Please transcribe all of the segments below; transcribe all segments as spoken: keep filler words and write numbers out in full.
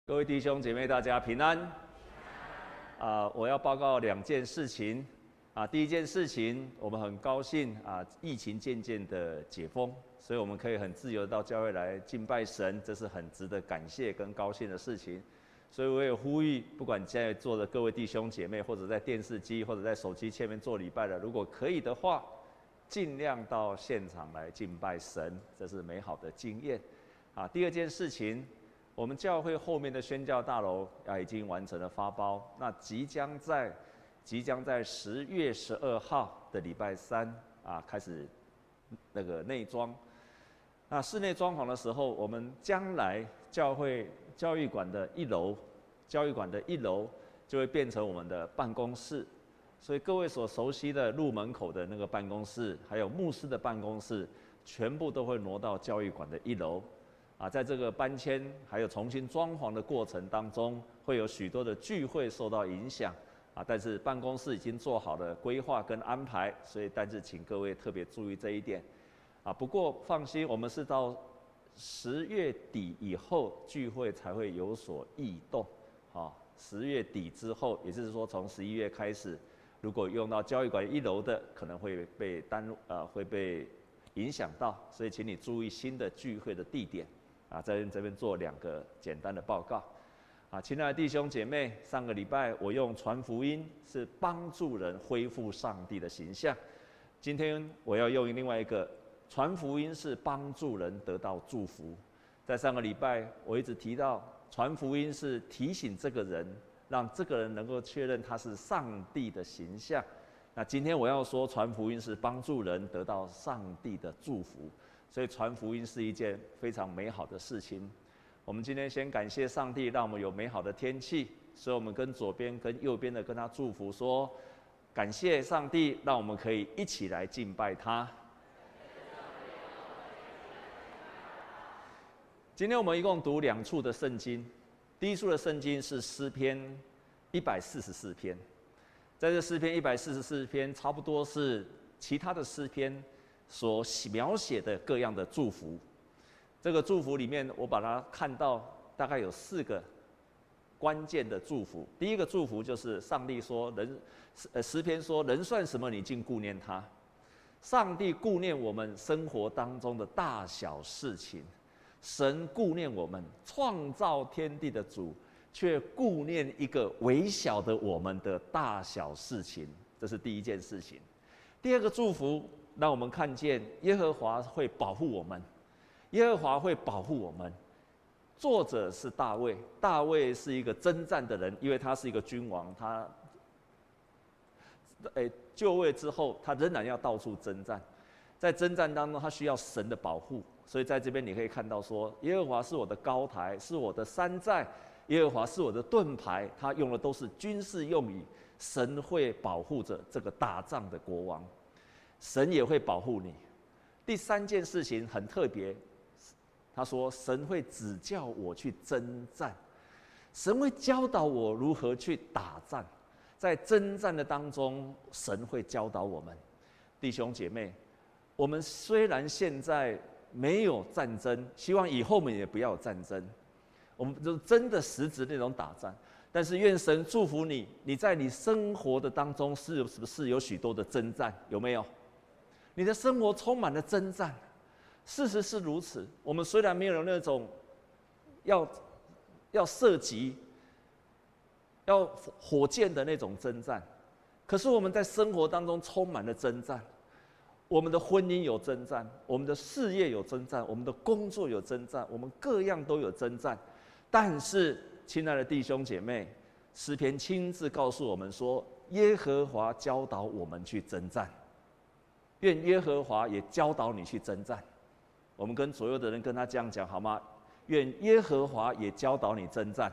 各位弟兄姐妹，大家平安。啊、呃，我要报告两件事情。啊，第一件事情，我们很高兴啊，疫情渐渐的解封，所以我们可以很自由地到教会来敬拜神，这是很值得感谢跟高兴的事情。所以我也呼吁，不管现在坐的各位弟兄姐妹，或者在电视机或者在手机前面做礼拜的，如果可以的话，尽量到现场来敬拜神，这是美好的经验。啊，第二件事情。我们教会后面的宣教大楼啊，已经完成了发包。那即将在即将在十月十二号的礼拜三啊，开始那个内装。那室内装潢的时候，我们将来教会教育馆的一楼，教育馆的一楼就会变成我们的办公室。所以各位所熟悉的入门口的那个办公室，还有牧师的办公室，全部都会挪到教育馆的一楼。啊，在这个搬迁还有重新装潢的过程当中，会有许多的聚会受到影响啊。但是办公室已经做好了规划跟安排，所以但是请各位特别注意这一点啊。不过放心，我们是到十月底以后聚会才会有所异动啊。十月底之后，也就是说从十一月开始，如果用到教育馆一楼的，可能会被单呃会被影响到，所以请你注意新的聚会的地点。啊，在这边做两个简单的报告。啊，亲爱的弟兄姐妹，上个礼拜我用传福音是帮助人恢复上帝的形象，今天我要用另外一个传福音是帮助人得到祝福。在上个礼拜我一直提到传福音是提醒这个人，让这个人能够确认他是上帝的形象。那今天我要说传福音是帮助人得到上帝的祝福。所以传福音是一件非常美好的事情。我们今天先感谢上帝，让我们有美好的天气，所以我们跟左边跟右边的跟他祝福说，感谢上帝，让我们可以一起来敬拜他。今天我们一共读两处的圣经，第一处的圣经是诗篇一百四十四篇，在这诗篇一百四十四篇，差不多是其他的诗篇所描写的各样的祝福。这个祝福里面，我把它看到大概有四个关键的祝福。第一个祝福就是上帝说人，呃诗篇说人算什么，你竟顾念他。上帝顾念我们生活当中的大小事情，神顾念我们创造天地的主，却顾念一个微小的我们的大小事情，这是第一件事情。第二个祝福让我们看见耶和华会保护我们，耶和华会保护我们。作者是大卫，大卫是一个征战的人，因为他是一个君王，他诶就位之后，他仍然要到处征战。在征战当中，他需要神的保护，所以在这边你可以看到说，耶和华是我的高台，是我的山寨，耶和华是我的盾牌，他用的都是军事用语。神会保护着这个打仗的国王。神也会保护你。第三件事情很特别，他说神会指教我去征战，神会教导我如何去打仗。在征战的当中，神会教导我们。弟兄姐妹，我们虽然现在没有战争，希望以后我们也不要有战争，我们就真的实质那种打仗。但是愿神祝福你，你在你生活的当中是不是有许多的征战？有没有？你的生活充满了征战，事实是如此。我们虽然没有那种要要射击、要火箭的那种征战，可是我们在生活当中充满了征战。我们的婚姻有征战，我们的事业有征战，我们的工作有征战，我们各样都有征战。但是，亲爱的弟兄姐妹，诗篇亲自告诉我们说，耶和华教导我们去征战。愿耶和华也教导你去征战。我们跟左右的人跟他这样讲好吗？愿耶和华也教导你征战。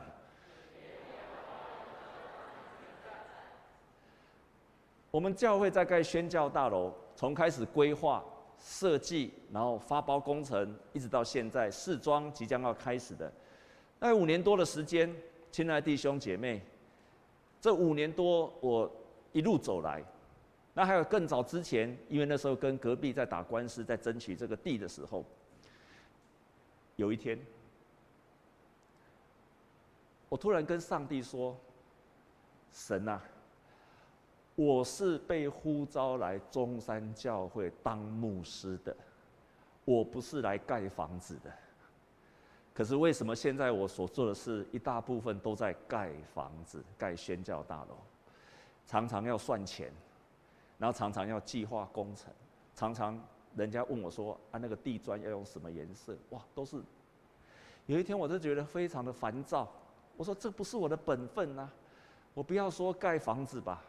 我们教会在盖宣教大楼，从开始规划、设计，然后发包工程，一直到现在试装即将要开始的，那五年多的时间，亲爱的弟兄姐妹，这五年多我一路走来。那还有更早之前，因为那时候跟隔壁在打官司，在争取这个地的时候，有一天， 我突然跟上帝说：“神啊，我是被呼召来中山教会当牧师的，我不是来盖房子的。可是为什么现在我所做的事一大部分都在盖房子、盖宣教大楼，常常要算钱，然后常常要计划工程，常常人家问我说啊，那个地砖要用什么颜色？哇，都是。有一天我就觉得非常的烦躁。”我说这不是我的本分啊！我不要说盖房子吧，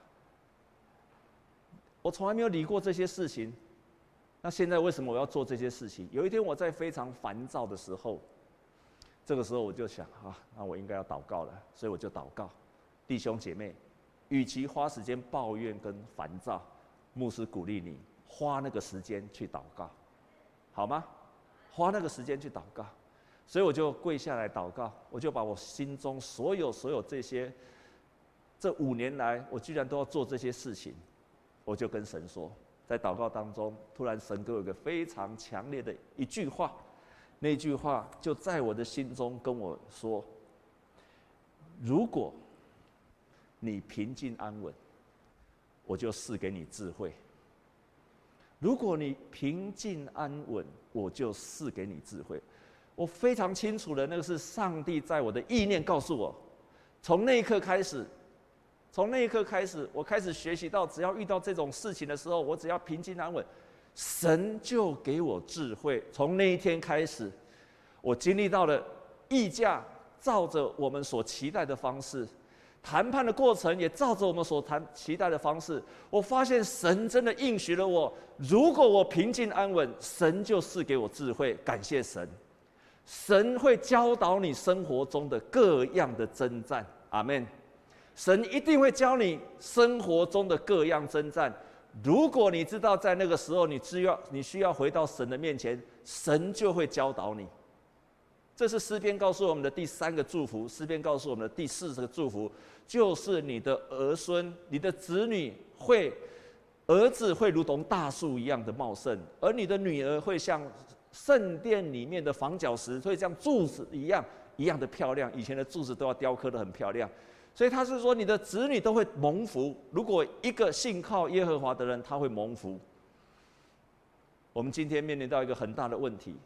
我从来没有理过这些事情。那现在为什么我要做这些事情？有一天我在非常烦躁的时候，这个时候我就想啊，那我应该要祷告了，所以我就祷告。弟兄姐妹，与其花时间抱怨跟烦躁，牧师鼓励你花那个时间去祷告，好吗？花那个时间去祷告。所以我就跪下来祷告，我就把我心中所有所有这些，这五年来我居然都要做这些事情，我就跟神说，在祷告当中，突然神给我一个非常强烈的一句话，那句话就在我的心中跟我说：如果你平静安稳，我就赐给你智慧；如果你平静安稳，我就赐给你智慧。我非常清楚的，那个是上帝在我的意念告诉我。从那一刻开始，从那一刻开始，我开始学习到，只要遇到这种事情的时候，我只要平静安稳，神就给我智慧。从那一天开始，我经历到了议价照着我们所期待的方式，谈判的过程也照着我们所谈期待的方式。我发现神真的应许了我，如果我平静安稳，神就赐给我智慧。感谢神。神会教导你生活中的各样的征战，阿们。神一定会教你生活中的各样征战。如果你知道在那个时候你需要你需要回到神的面前，神就会教导你。这是诗篇告诉我们的第三个祝福。诗篇告诉我们的第四个祝福，就是你的儿孙、你的子女会，儿子会如同大树一样的茂盛，而你的女儿会像圣殿里面的房角石，会像柱子一样一样的漂亮。以前的柱子都要雕刻得很漂亮，所以他是说你的子女都会蒙福。如果一个信靠耶和华的人，他会蒙福。我们今天面临到一个很大的问题，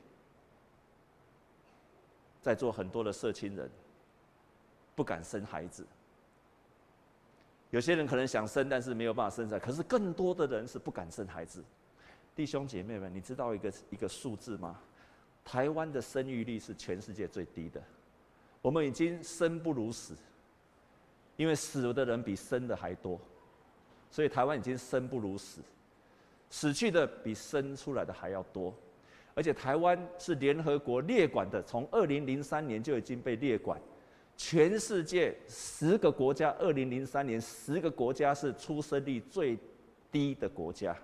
在座很多的社青人不敢生孩子。有些人可能想生，但是没有办法生出来。可是更多的人是不敢生孩子。弟兄姐妹们，你知道一个一个数字吗？台湾的生育率是全世界最低的，我们已经生不如死，因为死的人比生的还多，所以台湾已经生不如死，死去的比生出来的还要多。而且台湾是联合国列管的，从二零零三年就已经被列管，全世界十个国家，二零零三年十个国家是出生率最低的国家。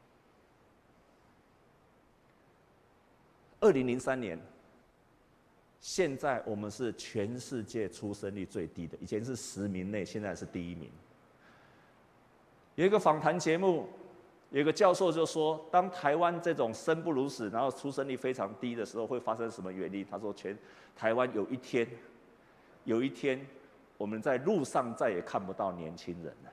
二零零三年，现在我们是全世界出生率最低的，以前是十名内，现在是第一名。有一个访谈节目，有一个教授就说，当台湾这种生不如死，然后出生率非常低的时候，会发生什么原因？他说，全台湾有一天，有一天，我们在路上再也看不到年轻人了。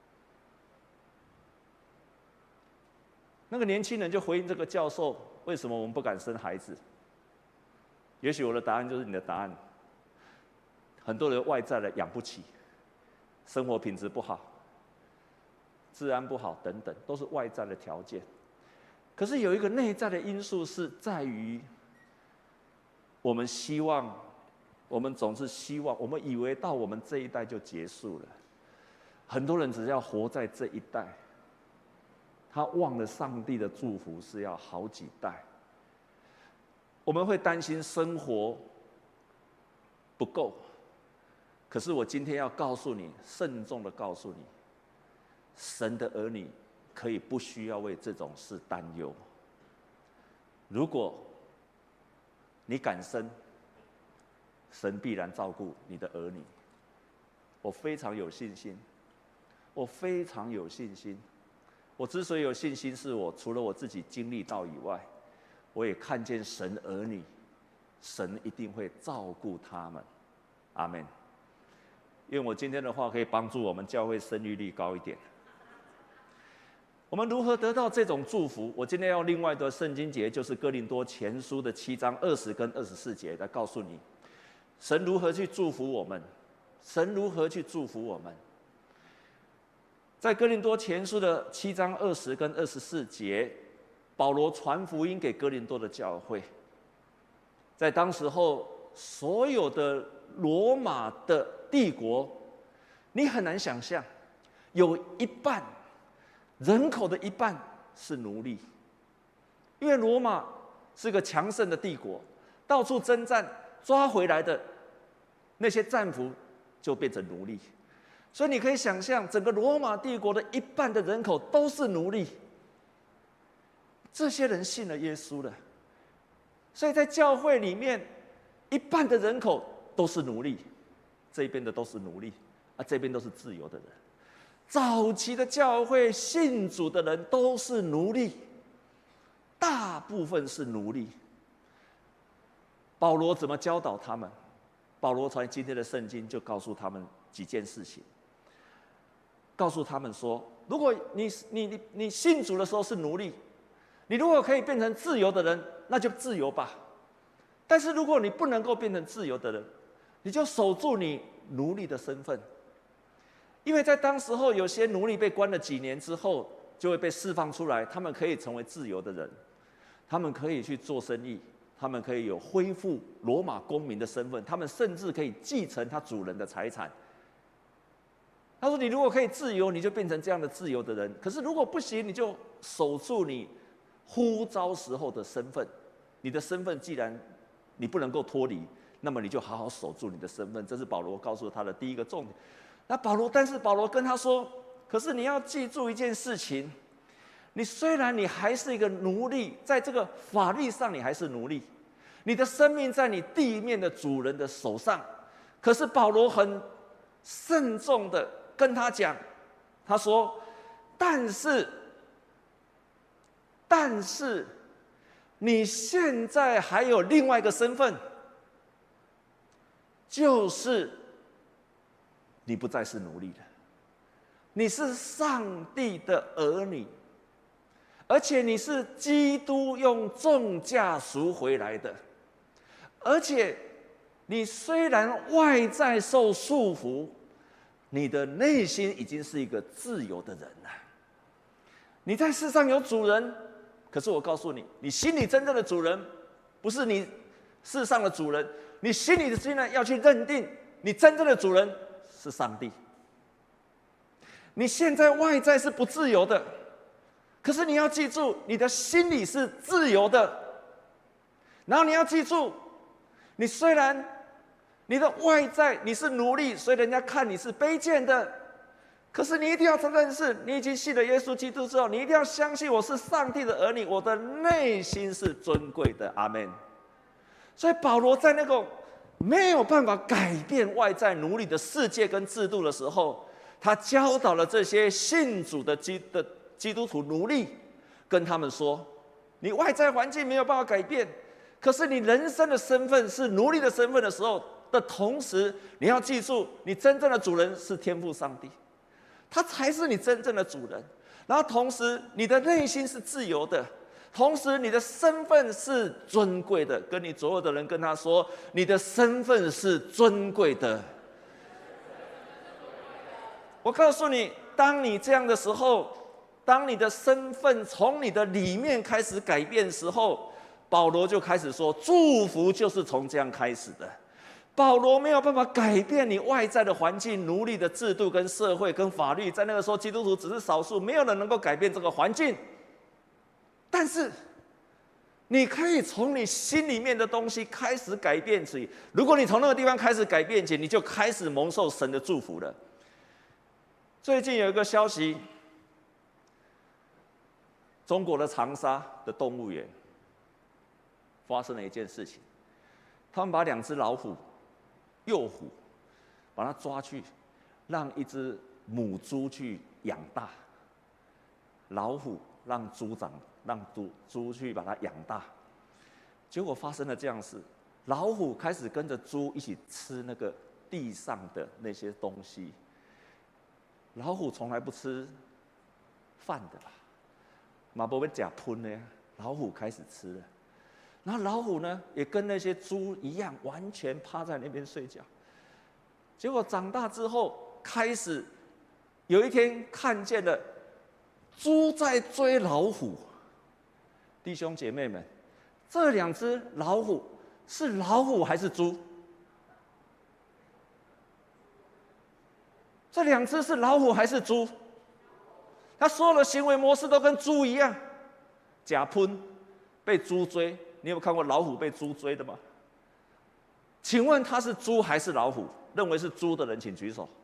那个年轻人就回应这个教授，为什么我们不敢生孩子？也许我的答案就是你的答案。很多人外在的养不起，生活品质不好，治安不好等等，都是外在的条件。可是有一个内在的因素是在于，我们希望，我们总是希望，我们以为到我们这一代就结束了。很多人只要活在这一代，他忘了上帝的祝福是要好几代。我们会担心生活不够，可是我今天要告诉你，慎重的告诉你，神的儿女可以不需要为这种事担忧。如果你敢生，神必然照顾你的儿女。我非常有信心，我非常有信心。我之所以有信心，是我除了我自己经历到以外，我也看见神儿女，神一定会照顾他们。阿们。 因为我今天的话可以帮助我们教会生育率高一点。我们如何得到这种祝福？我今天要另外的圣经节，就是哥林多前书的七章二十跟二十四节来告诉你，神如何去祝福我们，神如何去祝福我们。在哥林多前书的七章二十跟二十四节，保罗传福音给哥林多的教会。在当时候，所有的罗马的帝国，你很难想象，有一半人口的一半是奴隶，因为罗马是个强盛的帝国，到处征战，抓回来的那些战俘就变成奴隶。所以你可以想象，整个罗马帝国的一半的人口都是奴隶。这些人信了耶稣了，所以在教会里面，一半的人口都是奴隶，这边的都是奴隶，啊，这边都是自由的人。早期的教会信主的人都是奴隶，大部分是奴隶。保罗怎么教导他们？保罗传今天的圣经就告诉他们几件事情。告诉他们说，如果你你你你信主的时候是奴隶，你如果可以变成自由的人，那就自由吧。但是如果你不能够变成自由的人，你就守住你奴隶的身份。因为在当时候，有些奴隶被关了几年之后，就会被释放出来，他们可以成为自由的人，他们可以去做生意，他们可以有恢复罗马公民的身份，他们甚至可以继承他主人的财产。他说：“你如果可以自由，你就变成这样的自由的人；可是如果不行，你就守住你呼召时候的身份。你的身份既然你不能够脱离，那么你就好好守住你的身份。”这是保罗告诉他的第一个重点。那保罗，但是保罗跟他说：“可是你要记住一件事情，你虽然你还是一个奴隶，在这个法律上你还是奴隶，你的生命在你地面的主人的手上。可是保罗很慎重的跟他讲，他说：但是，但是，你现在还有另外一个身份，就是你不再是奴隶了，你是上帝的儿女，而且你是基督用重价赎回来的，而且你虽然外在受束缚，你的内心已经是一个自由的人了。你在世上有主人，可是我告诉你，你心里真正的主人不是你世上的主人，你心里的心呢要去认定，你真正的主人是上帝。你现在外在是不自由的，可是你要记住，你的心里是自由的。然后你要记住，你虽然你的外在你是奴隶，所以人家看你是卑贱的，可是你一定要认识，你已经信了耶稣基督之后，你一定要相信我是上帝的儿女，我的内心是尊贵的。阿们。所以保罗在那个没有办法改变外在奴隶的世界跟制度的时候，他教导了这些信主的基的基督徒奴隶，跟他们说：你外在环境没有办法改变，可是你人生的身份是奴隶的身份的时候的同时，你要记住，你真正的主人是天父上帝，他才是你真正的主人。然后同时，你的内心是自由的，同时你的身份是尊贵的。跟你左右的人跟他说，你的身份是尊贵的。我告诉你，当你这样的时候，当你的身份从你的里面开始改变的时候，保罗就开始说，祝福就是从这样开始的。保罗没有办法改变你外在的环境、奴隶的制度、跟社会、跟法律，在那个时候，基督徒只是少数，没有人能够改变这个环境。但是，你可以从你心里面的东西开始改变起。如果你从那个地方开始改变起，你就开始蒙受神的祝福了。最近有一个消息，中国的长沙的动物园发生了一件事情，他们把两只老虎、幼虎，把它抓去，让一只母猪去养大。老虎让猪长，让猪猪去把它养大。结果发生了这样事，老虎开始跟着猪一起吃那个地上的那些东西。老虎从来不吃饭的啦，嘛不会假喷呢，老虎开始吃了。然后老虎呢，也跟那些猪一样，完全趴在那边睡觉。结果长大之后，开始有一天看见了猪在追老虎。弟兄姐妹们，这两只老虎是老虎还是猪？这两只是老虎还是猪？它所有的行为模式都跟猪一样，假喷，被猪追。你有看过老虎被猪追的吗？请问它是猪还是老虎？认为是猪的人请举手。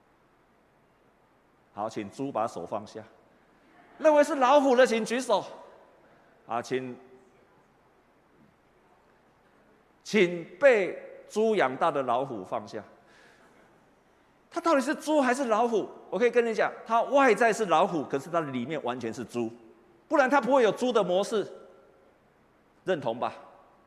好，请猪把手放下。认为是老虎的请举手。啊，请请被猪养大的老虎放下。它到底是猪还是老虎？我可以跟你讲，它外在是老虎，可是它的里面完全是猪，不然它不会有猪的模式。认同吧？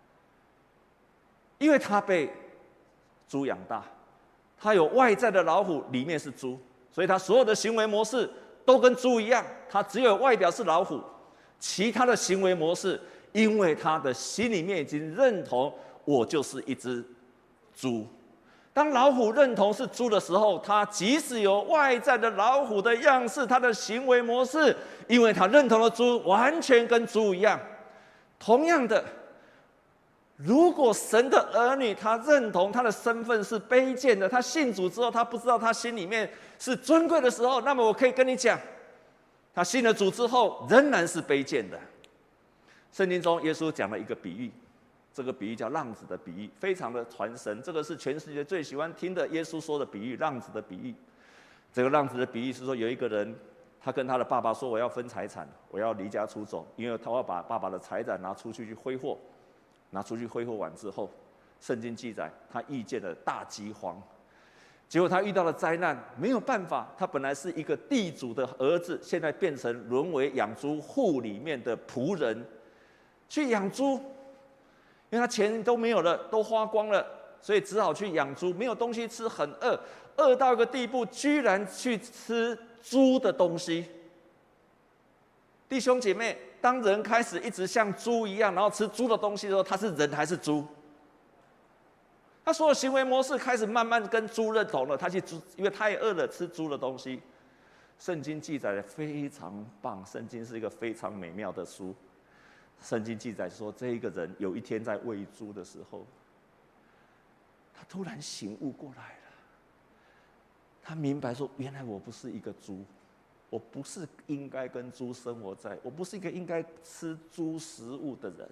因为它被猪养大，它有外在的老虎，里面是猪，所以它所有的行为模式都跟猪一样。它只有外表是老虎，其他的行为模式，因为他的心里面已经认同我就是一只猪。当老虎认同是猪的时候，他即使有外在的老虎的样式，他的行为模式，因为他认同的猪完全跟猪一样。同样的，如果神的儿女他认同他的身份是卑贱的，他信主之后他不知道他心里面是尊贵的时候，那么我可以跟你讲，他信了主之后仍然是卑贱的。圣经中耶稣讲了一个比喻，这个比喻叫浪子的比喻，非常的传神。这个是全世界最喜欢听的耶稣说的比喻，浪子的比喻。这个浪子的比喻是说，有一个人他跟他的爸爸说，我要分财产，我要离家出走，因为他要把爸爸的财产拿出去去挥霍，拿出去挥霍完之后，圣经记载他遇见了大饥荒，结果他遇到了灾难，没有办法，他本来是一个地主的儿子，现在变成沦为养猪户里面的仆人，去养猪，因为他钱都没有了，都花光了，所以只好去养猪，没有东西吃，很饿，饿到一个地步，居然去吃猪的东西。弟兄姐妹，当人开始一直像猪一样，然后吃猪的东西的时候，他是人还是猪？他所有行为模式开始慢慢跟猪认同了，他去猪，因为太饿了，吃猪的东西。圣经记载的非常棒，圣经是一个非常美妙的书。圣经记载说，这一个人有一天在喂猪的时候，他突然醒悟过来了。他明白说，原来我不是一个猪，我不是应该跟猪生活在，我不是一个应该吃猪食物的人。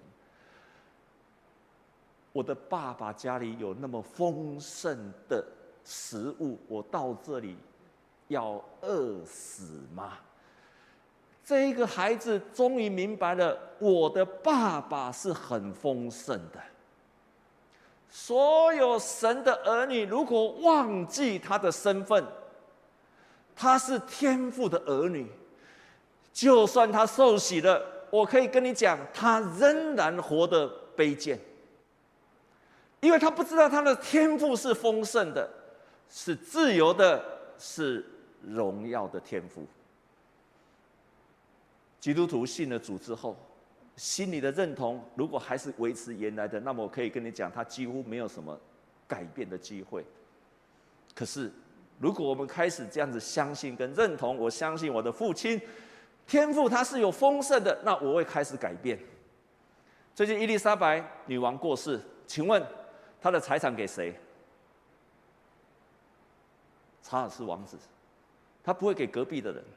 我的爸爸家里有那么丰盛的食物，我到这里要饿死吗？这一个孩子终于明白了，我的爸爸是很丰盛的。所有神的儿女，如果忘记他的身份，他是天父的儿女，就算他受洗了，我可以跟你讲，他仍然活得卑贱，因为他不知道他的天父是丰盛的，是自由的，是荣耀的天父。基督徒信了主之后，心里的认同如果还是维持原来的，那么我可以跟你讲，他几乎没有什么改变的机会。可是如果我们开始这样子相信跟认同，我相信我的父亲天父他是有丰盛的，那我会开始改变。最近伊丽莎白女王过世，请问她的财产给谁？查尔斯王子，他不会给隔壁的人，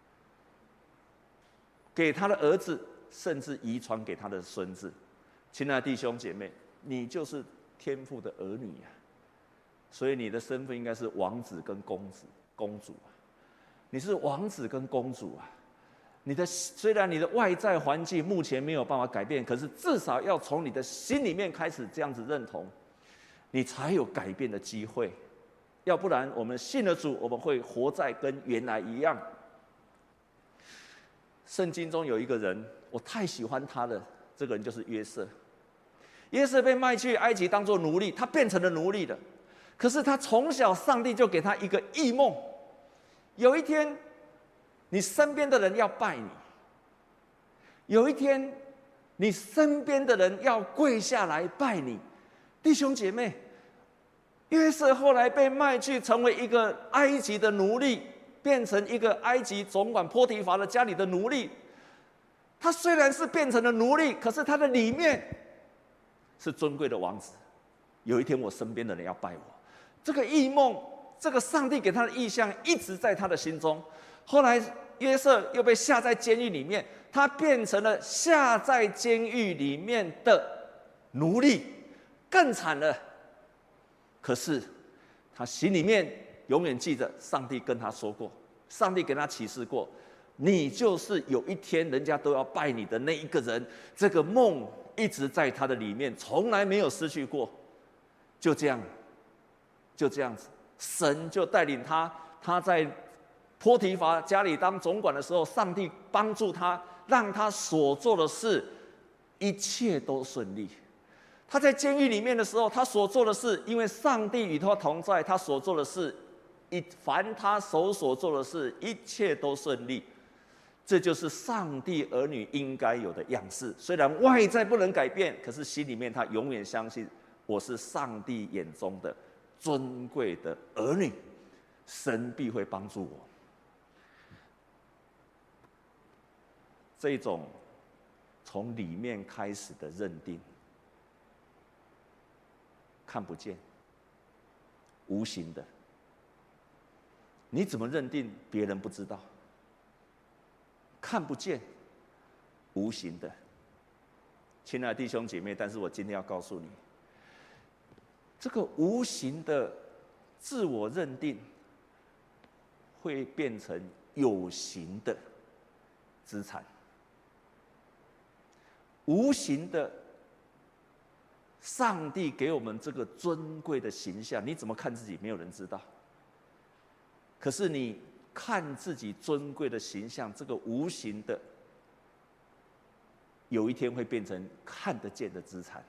给他的儿子，甚至遗传给他的孙子。亲爱的弟兄姐妹，你就是天父的儿女呀、啊，所以你的身份应该是王子跟公子、公主啊。你是王子跟公主啊。你的虽然你的外在环境目前没有办法改变，可是至少要从你的心里面开始这样子认同，你才有改变的机会。要不然，我们信了主，我们会活在跟原来一样。圣经中有一个人，我太喜欢他了，这个人就是约瑟。约瑟被卖去埃及当作奴隶，他变成了奴隶了。 可是他从小上帝就给他一个异梦，有一天你身边的人要拜你，有一天你身边的人要跪下来拜你。弟兄姐妹，约瑟后来被卖去成为一个埃及的奴隶，变成一个埃及总管波提乏的家里的奴隶。他虽然是变成了奴隶，可是他的里面是尊贵的王子。有一天我身边的人要拜我，这个异梦，这个上帝给他的意象一直在他的心中。后来约瑟又被下在监狱里面，他变成了下在监狱里面的奴隶，更惨了。可是他心里面永远记着上帝跟他说过，上帝给他启示过，你就是有一天人家都要拜你的那一个人。这个梦一直在他的里面，从来没有失去过。就这样，就这样子，神就带领他，他在波提乏家里当总管的时候，上帝帮助他，让他所做的事一切都顺利。他在监狱里面的时候，他所做的事，因为上帝与他同在，他所做的事，一凡他手所做的事，一切都顺利。这就是上帝儿女应该有的样式。虽然外在不能改变，可是心里面他永远相信，我是上帝眼中的尊贵的儿女，神必会帮助我。这种从里面开始的认定，看不见，无形的，你怎么认定别人不知道？看不见，无形的。亲爱的弟兄姐妹，但是我今天要告诉你，这个无形的自我认定会变成有形的资产。无形的，上帝给我们这个尊贵的形象，你怎么看自己，没有人知道。可是你看自己尊贵的形象，这个无形的，有一天会变成看得见的资产。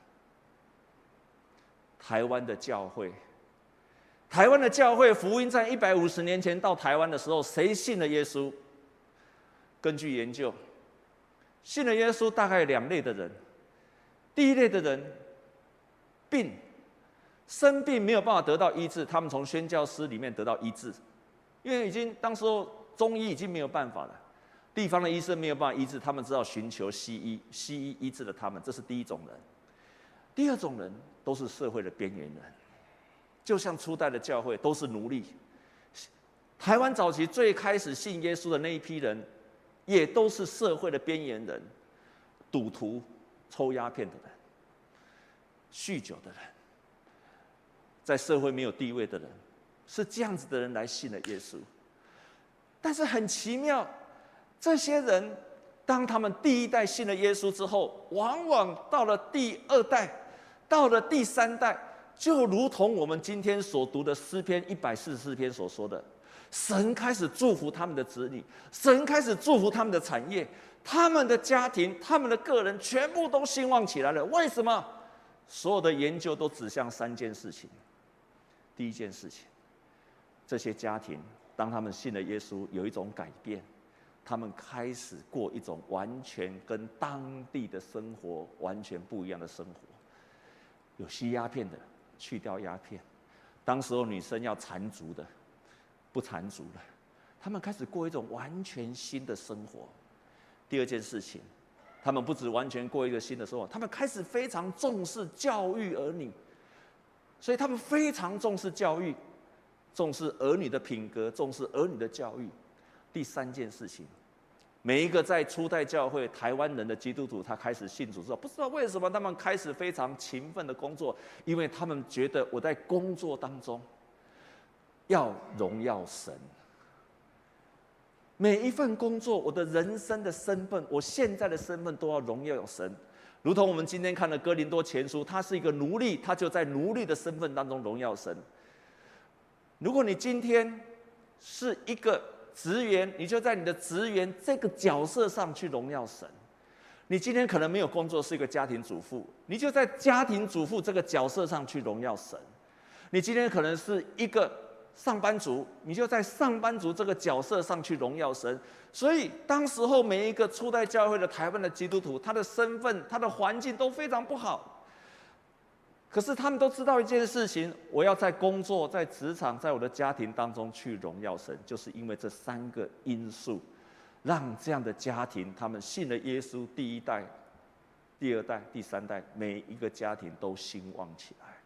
台湾的教会，台湾的教会，福音在一百五十年前到台湾的时候，谁信了耶稣？根据研究，信了耶稣大概有两类的人。第一类的人，病生病没有办法得到医治，他们从宣教师里面得到医治，因为已经当时候中医已经没有办法了，地方的医生没有办法医治，他们只好寻求西医，西医医治了他们，这是第一种人。第二种人都是社会的边缘人，就像初代的教会都是奴隶。台湾早期最开始信耶稣的那一批人，也都是社会的边缘人，赌徒、抽鸦片的人、酗酒的人，在社会没有地位的人，是这样子的人来信了耶稣。但是很奇妙，这些人当他们第一代信了耶稣之后，往往到了第二代，到了第三代，就如同我们今天所读的诗篇一百四十四篇所说的，神开始祝福他们的子女，神开始祝福他们的产业，他们的家庭，他们的个人全部都兴旺起来了。为什么？所有的研究都指向三件事情。第一件事情，这些家庭当他们信了耶稣，有一种改变，他们开始过一种完全跟当地的生活完全不一样的生活。有吸鸦片的，去掉鸦片；当时候女生要缠足的，不缠足了。他们开始过一种完全新的生活。第二件事情，他们不止完全过一个新的生活，他们开始非常重视教育儿女，所以他们非常重视教育，重视儿女的品格，重视儿女的教育。第三件事情，每一个在初代教会台湾人的基督徒，他开始信主之后，不知道为什么他们开始非常勤奋的工作，因为他们觉得我在工作当中要荣耀神。每一份工作，我的人生的身份，我现在的身份都要荣耀神。如同我们今天看的哥林多前书，他是一个奴隶，他就在奴隶的身份当中荣耀神。如果你今天是一个职员，你就在你的职员这个角色上去荣耀神。你今天可能没有工作，是一个家庭主妇，你就在家庭主妇这个角色上去荣耀神。 你今天可能是一个上班族，你就在上班族这个角色上去荣耀神。所以当时候每一个初代教会的台湾的基督徒，他的身份、他的环境都非常不好。可是他们都知道一件事情：我要在工作、在职场、在我的家庭当中去荣耀神，就是因为这三个因素，让这样的家庭，他们信了耶稣，第一代、第二代、第三代，每一个家庭都兴旺起来。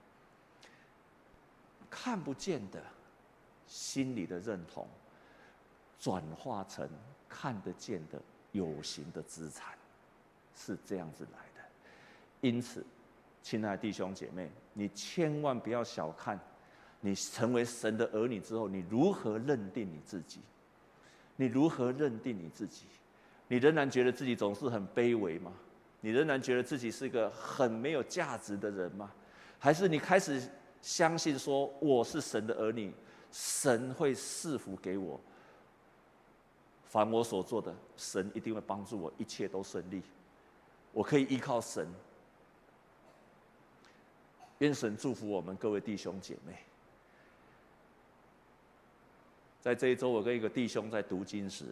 看不见的心里的认同，转化成看得见的有形的资产，是这样子来的。因此，亲爱的弟兄姐妹，你千万不要小看你成为神的儿女之后，你如何认定你自己？你如何认定你自己？你仍然觉得自己总是很卑微吗？你仍然觉得自己是一个很没有价值的人吗？还是你开始相信说，我是神的儿女，神会赐福给我，凡我所做的，神一定会帮助我，一切都顺利，我可以依靠神。愿神祝福我们各位弟兄姐妹。在这一周，我跟一个弟兄在读经时，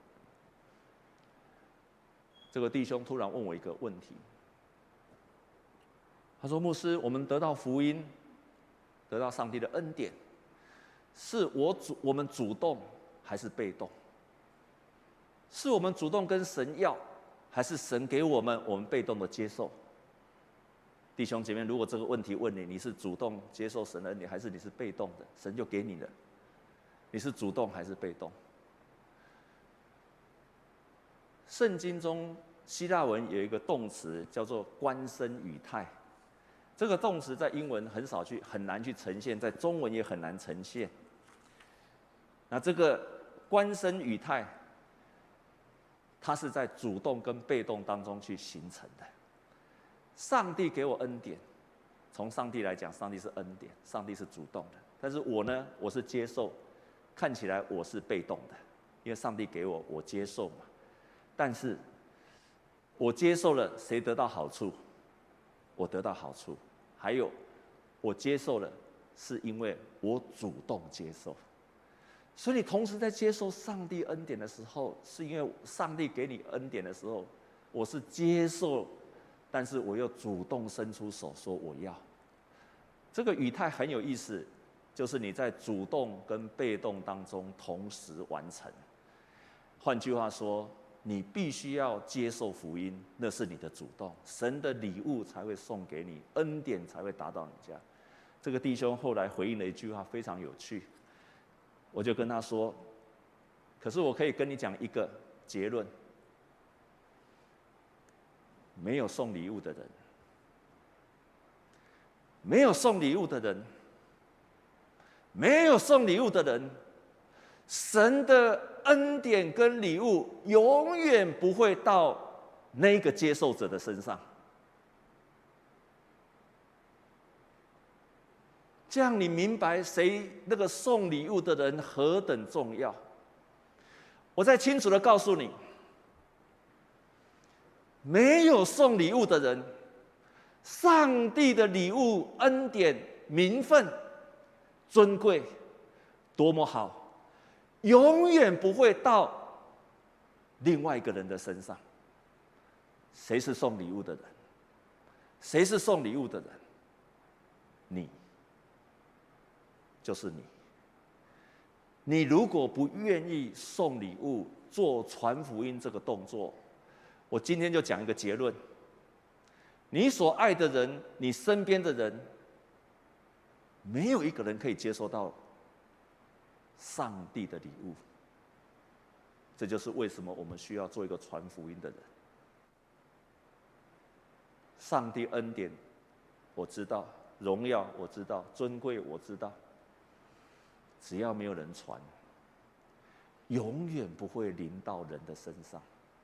这个弟兄突然问我一个问题，他说：“牧师，我们得到福音，得到上帝的恩典，是我主我们主动还是被动？是我们主动跟神要，还是神给我们，我们被动的接受？”弟兄姐妹，如果这个问题问你，你是主动接受神的恩典，还是你是被动的？神就给你了，你是主动还是被动？圣经中希腊文有一个动词叫做官声语态，这个动词在英文很少去很难去呈现，在中文也很难呈现。那这个官声语态，它是在主动跟被动当中去形成的。上帝给我恩典，从上帝来讲，上帝是恩典，上帝是主动的。但是我呢，我是接受，看起来我是被动的，因为上帝给我，我接受嘛。但是，我接受了，谁得到好处？我得到好处。还有，我接受了，是因为我主动接受。所以你同时在接受上帝恩典的时候，是因为上帝给你恩典的时候，我是接受。但是我又主动伸出手说我要，这个语态很有意思，就是你在主动跟被动当中同时完成。换句话说，你必须要接受福音，那是你的主动，神的礼物才会送给你，恩典才会达到你家。这个弟兄后来回应了一句话非常有趣，我就跟他说：“可是我可以跟你讲一个结论。”没有送礼物的人，没有送礼物的人，没有送礼物的人，神的恩典跟礼物永远不会到那个接受者的身上。这样你明白谁那个送礼物的人何等重要？我再清楚的告诉你。没有送礼物的人，上帝的礼物、恩典、名分、尊贵，多么好，永远不会到另外一个人的身上。谁是送礼物的人？谁是送礼物的人？你，就是你。你如果不愿意送礼物，做传福音这个动作，我今天就讲一个结论：你所爱的人，你身边的人，没有一个人可以接收到上帝的礼物。这就是为什么我们需要做一个传福音的人。上帝恩典，我知道；荣耀我知道；尊贵我知道。只要没有人传，永远不会临到人的身上。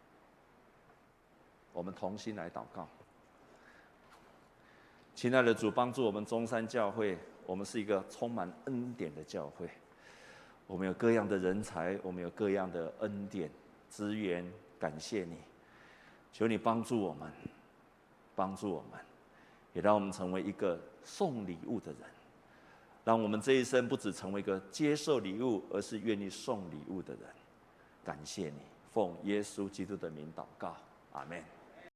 我们同心来祷告。亲爱的主，帮助我们中山教会，我们是一个充满恩典的教会。我们有各样的人才，我们有各样的恩典资源，感谢你，求你帮助我们，帮助我们，也让我们成为一个送礼物的人。 让我们这一生不只成为一个接受礼物，而是愿意送礼物的人。感谢你，奉耶稣基督的名祷告，阿们。